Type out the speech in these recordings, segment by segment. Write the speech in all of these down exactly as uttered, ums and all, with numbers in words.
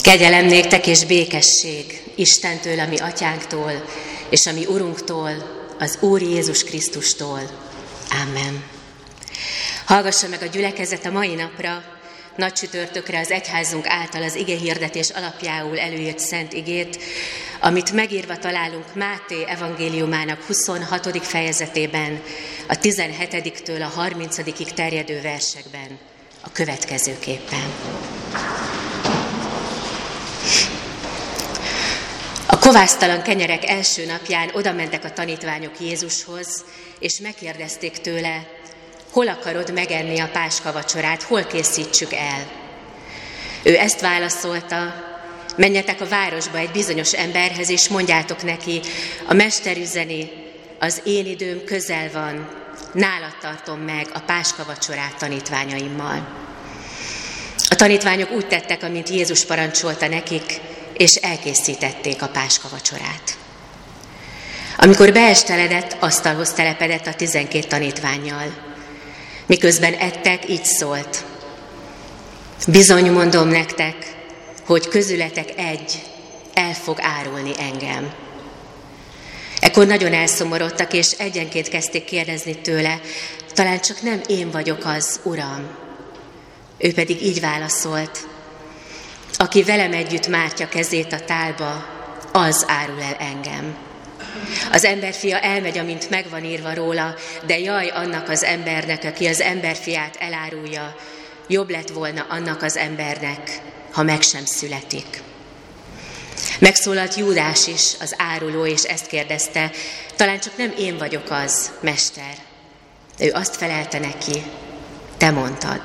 Kegyelem néktek és békesség Istentől, a mi atyánktól, és a mi Urunktól, az Úr Jézus Krisztustól. Amen. Hallgassa meg a gyülekezet a mai napra, nagy csütörtökre az egyházunk által az igehirdetés alapjául előírt szent igét, amit megírva találunk Máté evangéliumának huszonhatodik fejezetében, a tizenhetediktől a harmincadikig terjedő versekben, a következőképpen. A kovásztalan kenyerek első napján odamentek a tanítványok Jézushoz, és megkérdezték tőle, hol akarod megenni a Páska vacsorát, hol készítsük el? Ő ezt válaszolta, menjetek a városba egy bizonyos emberhez, és mondjátok neki, a mester üzeni, az én időm közel van, nálad tartom meg a Páska vacsorát tanítványaimmal. A tanítványok úgy tettek, amint Jézus parancsolta nekik, és elkészítették a Páska vacsorát. Amikor beesteledett, asztalhoz telepedett a tizenkét tanítvánnyal. Miközben ettek, így szólt. Bizony mondom nektek, hogy közületek egy el fog árulni engem. Ekkor nagyon elszomorodtak, és egyenként kezdték kérdezni tőle, talán csak nem én vagyok az, Uram. Ő pedig így válaszolt, aki velem együtt mártja kezét a tálba, az árul el engem. Az emberfia elmegy, amint megvan írva róla, de jaj annak az embernek, aki az emberfiát elárulja, jobb lett volna annak az embernek, ha meg sem születik. Megszólalt Júdás is, az áruló, és ezt kérdezte, talán csak nem én vagyok az, mester. Ő azt felelte neki, te mondtad.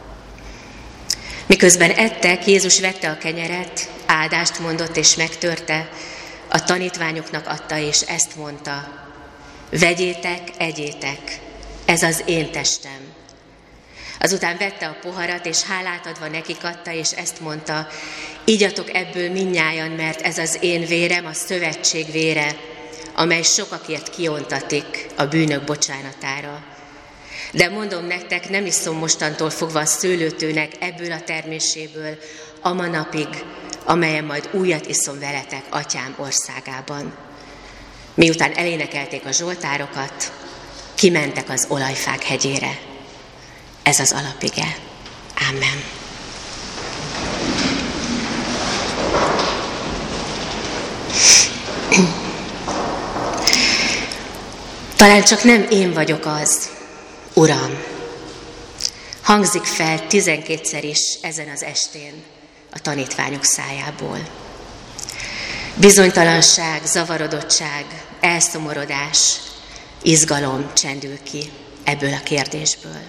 Miközben ettek, Jézus vette a kenyeret, áldást mondott és megtörte, a tanítványoknak adta, és ezt mondta, vegyétek, egyétek, ez az én testem. Azután vette a poharat, és hálát adva nekik adta, és ezt mondta, igyatok ebből mindnyájan, mert ez az én vérem, a szövetség vére, amely sokakért kiontatik a bűnök bocsánatára. De mondom nektek, nem iszom mostantól fogva a szőlőtőnek ebből a terméséből, ama napig, amelyen majd újat iszom veletek atyám országában. Miután elénekelték a zsoltárokat, kimentek az olajfák hegyére. Ez az alapige. Amen. Talán csak nem én vagyok az, Uram. Hangzik fel tizenkétszer is ezen az estén a tanítványok szájából. Bizonytalanság, zavarodottság, elszomorodás, izgalom csendül ki ebből a kérdésből.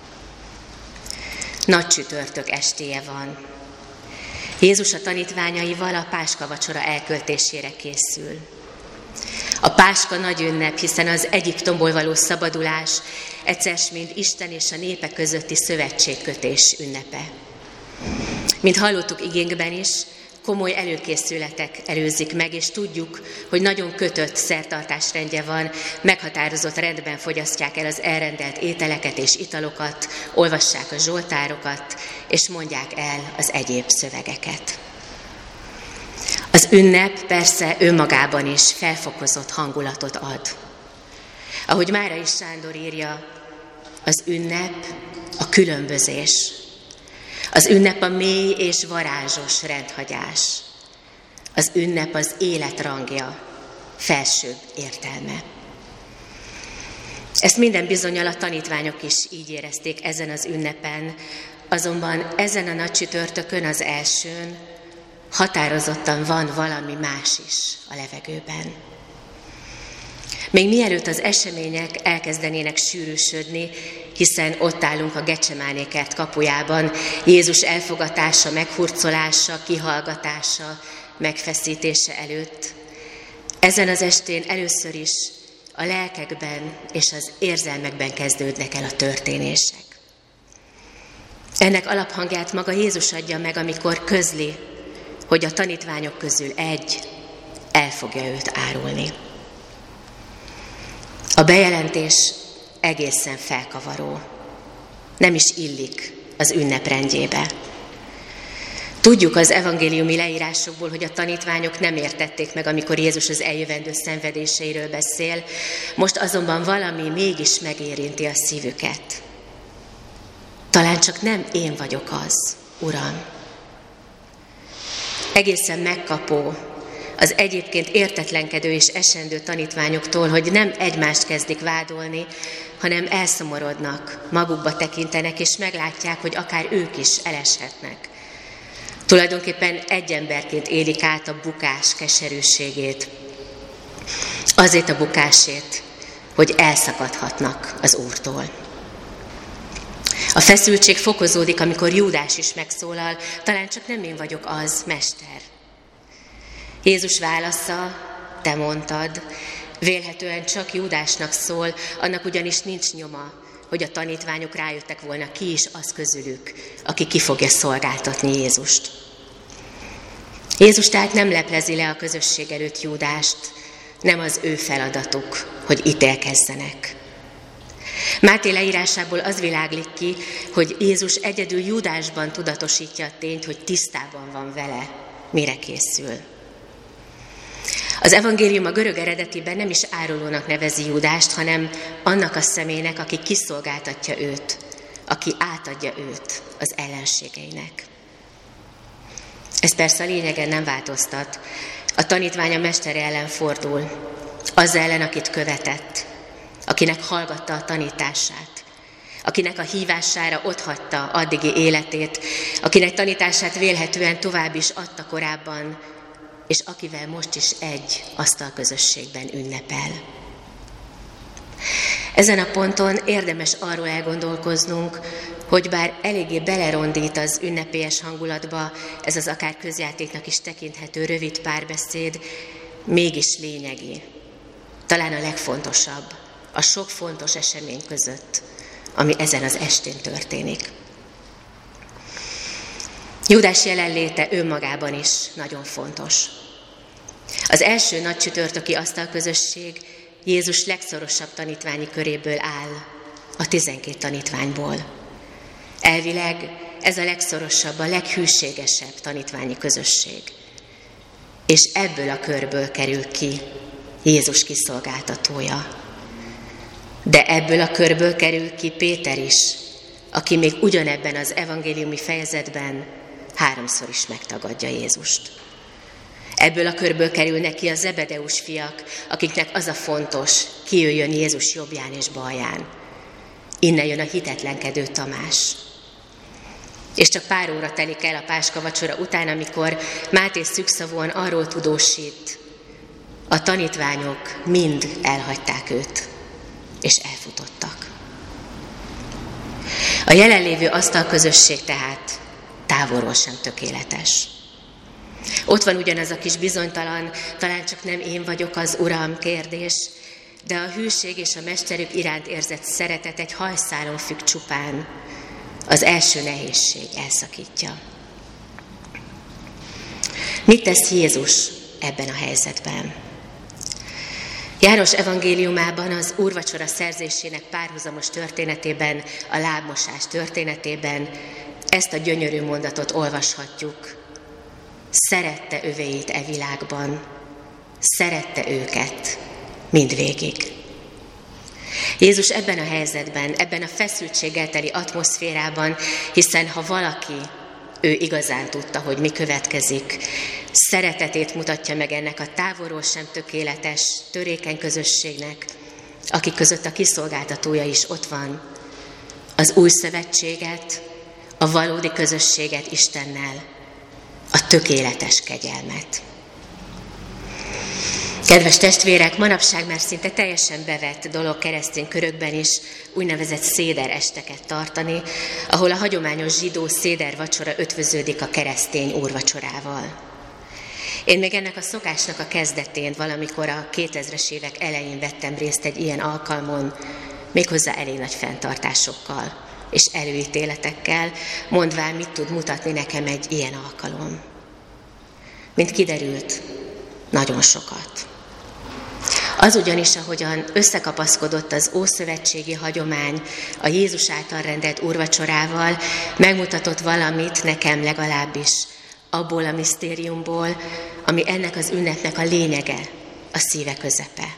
Nagy csütörtök estéje van. Jézus a tanítványaival a Páska vacsora elköltésére készül. A Páska nagy ünnep, hiszen az Egyiptomból való szabadulás egyszer mind Isten és a népe közötti szövetségkötés ünnepe. Mint hallottuk igénkben is, komoly előkészületek előzik meg, és tudjuk, hogy nagyon kötött szertartásrendje van, meghatározott rendben fogyasztják el az elrendelt ételeket és italokat, olvassák a zsoltárokat, és mondják el az egyéb szövegeket. Az ünnep persze önmagában is felfokozott hangulatot ad. Ahogy Márai Sándor írja, az ünnep a különbözés. Az ünnep a mély és varázsos rendhagyás. Az ünnep az élet rangja, felsőbb értelme. Ezt minden bizonnyal a tanítványok is így érezték ezen az ünnepen, azonban ezen a nagy csütörtökön, az elsőn, határozottan van valami más is a levegőben. Még mielőtt az események elkezdenének sűrűsödni, hiszen ott állunk a Getsemáné kert kapujában, Jézus elfogatása, meghurcolása, kihallgatása, megfeszítése előtt. Ezen az estén először is a lelkekben és az érzelmekben kezdődnek el a történések. Ennek alaphangját maga Jézus adja meg, amikor közli, hogy a tanítványok közül egy el fogja őt árulni. A bejelentés egészen felkavaró. Nem is illik az ünnep rendjébe. Tudjuk az evangéliumi leírásokból, hogy a tanítványok nem értették meg, amikor Jézus az eljövendő szenvedéseiről beszél, most azonban valami mégis megérinti a szívüket. Talán csak nem én vagyok az, Uram. Egészen megkapó az egyébként értetlenkedő és esendő tanítványoktól, hogy nem egymást kezdik vádolni, hanem elszomorodnak, magukba tekintenek, és meglátják, hogy akár ők is eleshetnek. Tulajdonképpen egy emberként élik át a bukás keserűségét. Azért a bukásért, hogy elszakadhatnak az Úrtól. A feszültség fokozódik, amikor Júdás is megszólal, talán csak nem én vagyok az, Mester. Jézus válasza, te mondtad, vélhetően csak Júdásnak szól, annak ugyanis nincs nyoma, hogy a tanítványok rájöttek volna, ki is az közülük, aki ki fogja szolgáltatni Jézust. Jézus tehát nem leplezi le a közösség előtt Júdást, nem az ő feladatuk, hogy ítélkezzenek. Máté leírásából az világlik ki, hogy Jézus egyedül Júdásban tudatosítja a tényt, hogy tisztában van vele, mire készül. Az evangélium a görög eredetiben nem is árulónak nevezi Júdást, hanem annak a személynek, aki kiszolgáltatja őt, aki átadja őt az ellenségeinek. Ez persze a lényegen nem változtat. A tanítvány a mestere ellen fordul, az ellen, akit követett, akinek hallgatta a tanítását, akinek a hívására otthagyta addigi életét, akinek tanítását vélhetően tovább is adta korábban, és akivel most is egy asztalközösségben ünnepel. Ezen a ponton érdemes arról elgondolkoznunk, hogy bár eléggé belerondít az ünnepélyes hangulatba ez az akár közjátéknak is tekinthető rövid párbeszéd, mégis lényegi, talán a legfontosabb a sok fontos esemény között, ami ezen az estén történik. Júdás jelenléte önmagában is nagyon fontos. Az első nagy csütörtöki asztalközösség Jézus legszorosabb tanítványi köréből áll, a tizenkét tanítványból. Elvileg ez a legszorosabb, a leghűségesebb tanítványi közösség. És ebből a körből kerül ki Jézus kiszolgáltatója. De ebből a körből kerül ki Péter is, aki még ugyanebben az evangéliumi fejezetben háromszor is megtagadja Jézust. Ebből a körből kerülnek ki a Zebedeus fiak, akiknek az a fontos, kijöjjön Jézus jobbján és balján. Innen jön a hitetlenkedő Tamás. És csak pár óra telik el a páskavacsora után, amikor Máté szükszavúan arról tudósít, a tanítványok mind elhagyták őt, és elfutottak. A jelenlévő asztalközösség tehát távolról sem tökéletes. Ott van ugyanaz a kis bizonytalan, talán csak nem én vagyok az Uram kérdés, de a hűség és a mesterük iránt érzett szeretet egy hajszálon függ csupán. Az első nehézség elszakítja. Mit tesz Jézus ebben a helyzetben? János evangéliumában az úrvacsora szerzésének párhuzamos történetében, a lábmosás történetében ezt a gyönyörű mondatot olvashatjuk. Szerette övéit e világban, szerette őket mindvégig. Jézus ebben a helyzetben, ebben a feszültséggel teli atmoszférában, hiszen ha valaki, ő igazán tudta, hogy mi következik, szeretetét mutatja meg ennek a távolról sem tökéletes, törékeny közösségnek, akik között a kiszolgáltatója is ott van, az új szövetséget, a valódi közösséget Istennel, a tökéletes kegyelmet. Kedves testvérek, manapság már szinte teljesen bevett dolog keresztény körökben is úgynevezett széder esteket tartani, ahol a hagyományos zsidó széder vacsora ötvöződik a keresztény úrvacsorával. Én még ennek a szokásnak a kezdetén, valamikor a kétezres évek elején vettem részt egy ilyen alkalmon, méghozzá elég nagy fenntartásokkal és előítéletekkel, mondván, mit tud mutatni nekem egy ilyen alkalom. Mint kiderült, nagyon sokat. Az ugyanis, ahogyan összekapaszkodott az ószövetségi hagyomány a Jézus által rendelt úrvacsorával, megmutatott valamit nekem legalábbis abból a misztériumból, ami ennek az ünnepnek a lényege, a szíve közepe.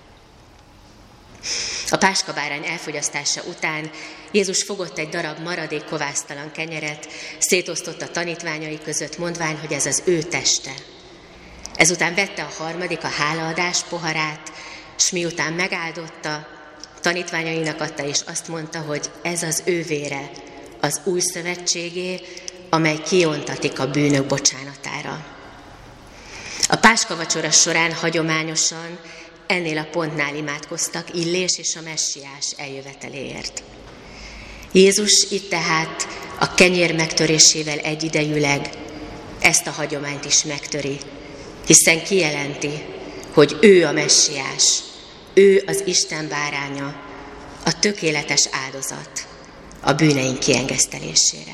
A páskabárány elfogyasztása után Jézus fogott egy darab maradék kovásztalan kenyeret, szétosztotta a tanítványai között, mondván, hogy ez az ő teste. Ezután vette a harmadik, a hálaadás poharát, s miután megáldotta, tanítványainak adta, és azt mondta, hogy ez az ő vére, az új szövetségé, amely kiontatik a bűnök bocsánatára. A páskavacsora során hagyományosan ennél a pontnál imádkoztak Illés és a messiás eljöveteléért. Jézus itt tehát a kenyér megtörésével egyidejűleg ezt a hagyományt is megtöri, hiszen kijelenti, hogy ő a messiás, ő az Isten báránya, a tökéletes áldozat a bűneink kiengesztelésére.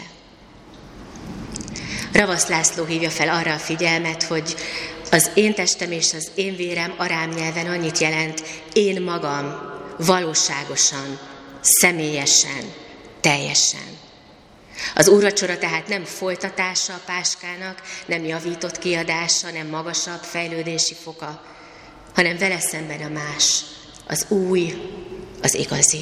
Ravasz László hívja fel arra a figyelmet, hogy az én testem és az én vérem arám nyelven annyit jelent, én magam, valóságosan, személyesen, teljesen. Az úrvacsora tehát nem folytatása a páskának, nem javított kiadása, nem magasabb fejlődési foka, hanem vele szemben a más, az új, az igazi.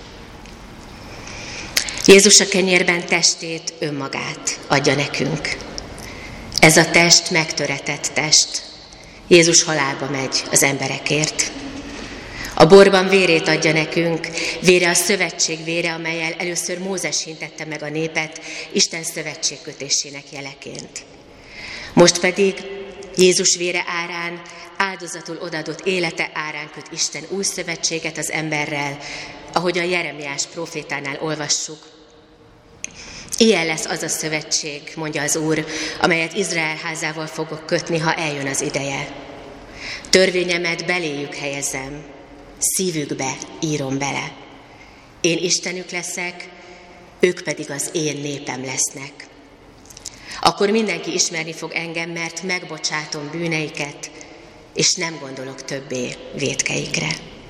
Jézus a kenyérben testét, önmagát adja nekünk. Ez a test megtöretett test. Jézus halálba megy az emberekért. A borban vérét adja nekünk, vére a szövetség vére, amellyel először Mózes hintette meg a népet Isten szövetségkötésének jeleként. Most pedig Jézus vére árán, áldozatul odaadott élete árán köt Isten új szövetséget az emberrel, ahogy a Jeremiás prófétánál olvassuk. Ilyen lesz az a szövetség, mondja az Úr, amelyet Izrael házával fogok kötni, ha eljön az ideje. Törvényemet beléjük helyezem, szívükbe írom bele. Én Istenük leszek, ők pedig az én népem lesznek. Akkor mindenki ismerni fog engem, mert megbocsátom bűneiket, és nem gondolok többé vétkeikre.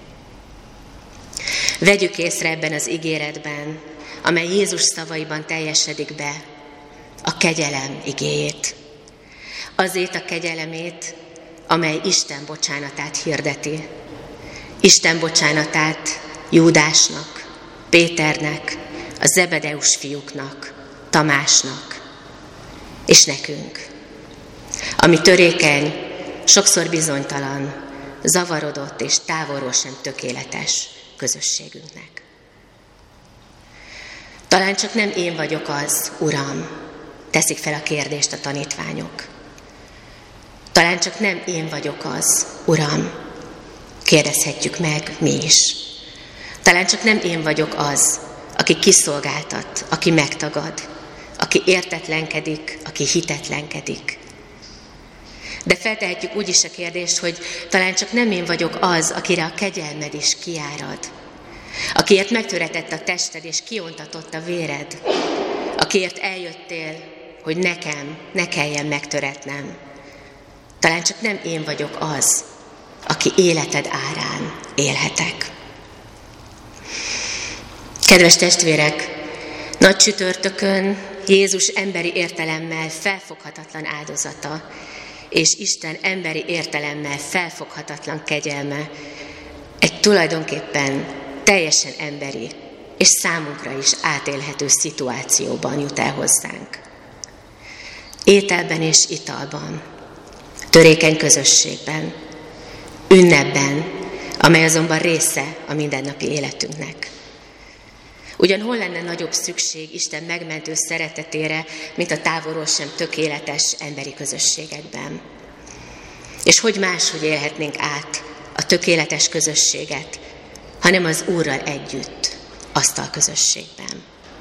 Vegyük észre ebben az ígéretben, amely Jézus szavaiban teljesedik be, a kegyelem igéjét. Azért a kegyelemét, amely Isten bocsánatát hirdeti. Isten bocsánatát Júdásnak, Péternek, a Zebedeus fiúknak, Tamásnak, és nekünk. Ami törékeny, sokszor bizonytalan, zavarodott és távolról sem tökéletes közösségünknek. Talán csak nem én vagyok az, Uram, teszik fel a kérdést a tanítványok. Talán csak nem én vagyok az, Uram, kérdezhetjük meg mi is. Talán csak nem én vagyok az, aki kiszolgáltat, aki megtagad, aki értetlenkedik, aki hitetlenkedik. De feltehetjük úgy is a kérdést, hogy talán csak nem én vagyok az, akire a kegyelmed is kiárad, akiért megtöretett a tested és kiontatott a véred, akiért eljöttél, hogy nekem ne kelljen megtöretnem. Talán csak nem én vagyok az, aki életed árán élhetek. Kedves testvérek, nagy csütörtökön Jézus emberi értelemmel felfoghatatlan áldozata, és Isten emberi értelemmel felfoghatatlan kegyelme egy tulajdonképpen teljesen emberi és számunkra is átélhető szituációban jut el hozzánk. Ételben és italban, törékeny közösségben, ünnepben, amely azonban része a mindennapi életünknek. Ugyan hol lenne nagyobb szükség Isten megmentő szeretetére, mint a távolról sem tökéletes emberi közösségekben? És hogy máshogy élhetnénk át a tökéletes közösséget, hanem az Úrral együtt, asztal közösségben.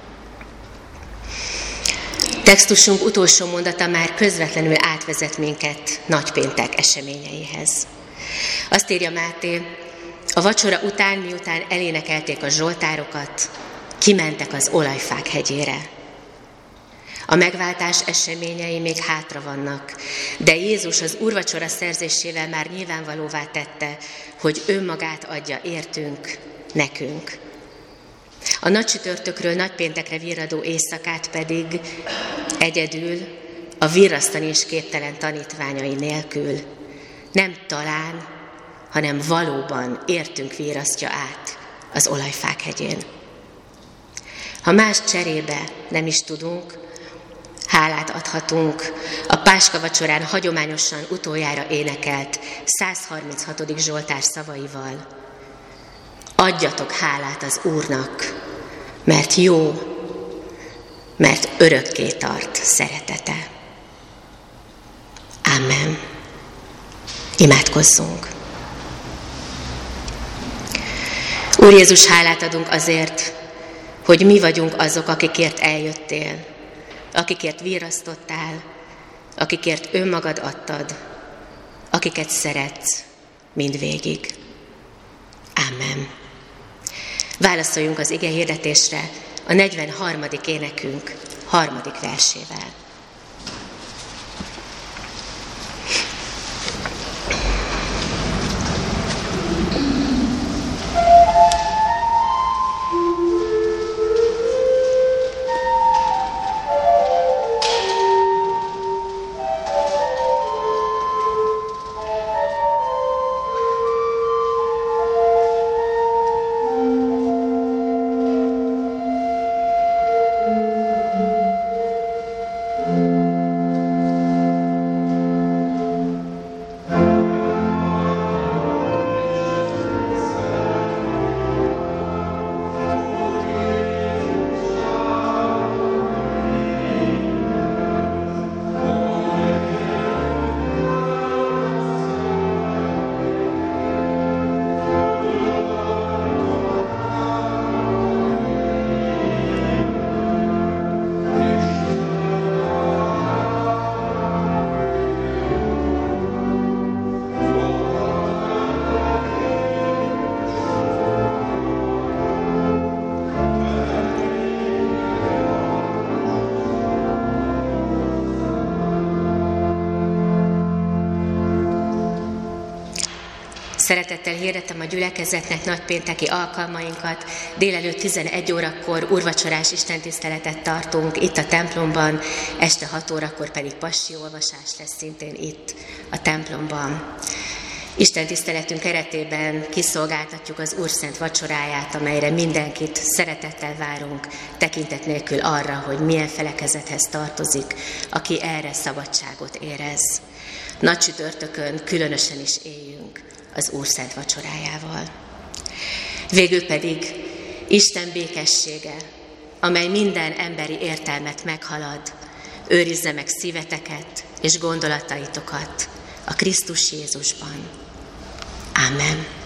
Textusunk utolsó mondata már közvetlenül átvezet minket nagypéntek eseményeihez. Azt írja Máté, a vacsora után, miután elénekelték a zsoltárokat, kimentek az olajfák hegyére. A megváltás eseményei még hátra vannak, de Jézus az úrvacsora szerzésével már nyilvánvalóvá tette, hogy önmagát adja értünk, nekünk. A nagy csütörtökről nagypéntekre virradó éjszakát pedig egyedül a virrasztani és képtelen tanítványai nélkül nem talán, hanem valóban értünk virrasztja át az olajfák hegyén. Ha más cserébe nem is tudunk, hálát adhatunk a Páska vacsorán hagyományosan utoljára énekelt százharminchatodik Zsoltár szavaival. Adjatok hálát az Úrnak, mert jó, mert örökké tart szeretete. Amen. Imádkozzunk. Úr Jézus, hálát adunk azért, hogy mi vagyunk azok, akikért eljöttél, akikért virrasztottál, akikért önmagad adtad, akiket szeretsz mindvégig. Amen. Válaszoljunk az ige hirdetésre a negyvenharmadik énekünk harmadik versével. Szeretettel hirdetem a gyülekezetnek nagypénteki alkalmainkat. Délelőtt tizenegy órakor úrvacsorás istentiszteletet tartunk itt a templomban, este hat órakor pedig passi olvasás lesz szintén itt a templomban. Istentiszteletünk keretében kiszolgáltatjuk az Úr szent vacsoráját, amelyre mindenkit szeretettel várunk, tekintet nélkül arra, hogy milyen felekezethez tartozik, aki erre szabadságot érez. Nagy csütörtökön különösen is éljünk az Úr szent vacsorájával. Végül pedig Isten békessége, amely minden emberi értelmet meghalad, őrizze meg szíveteket és gondolataitokat a Krisztus Jézusban. Amen.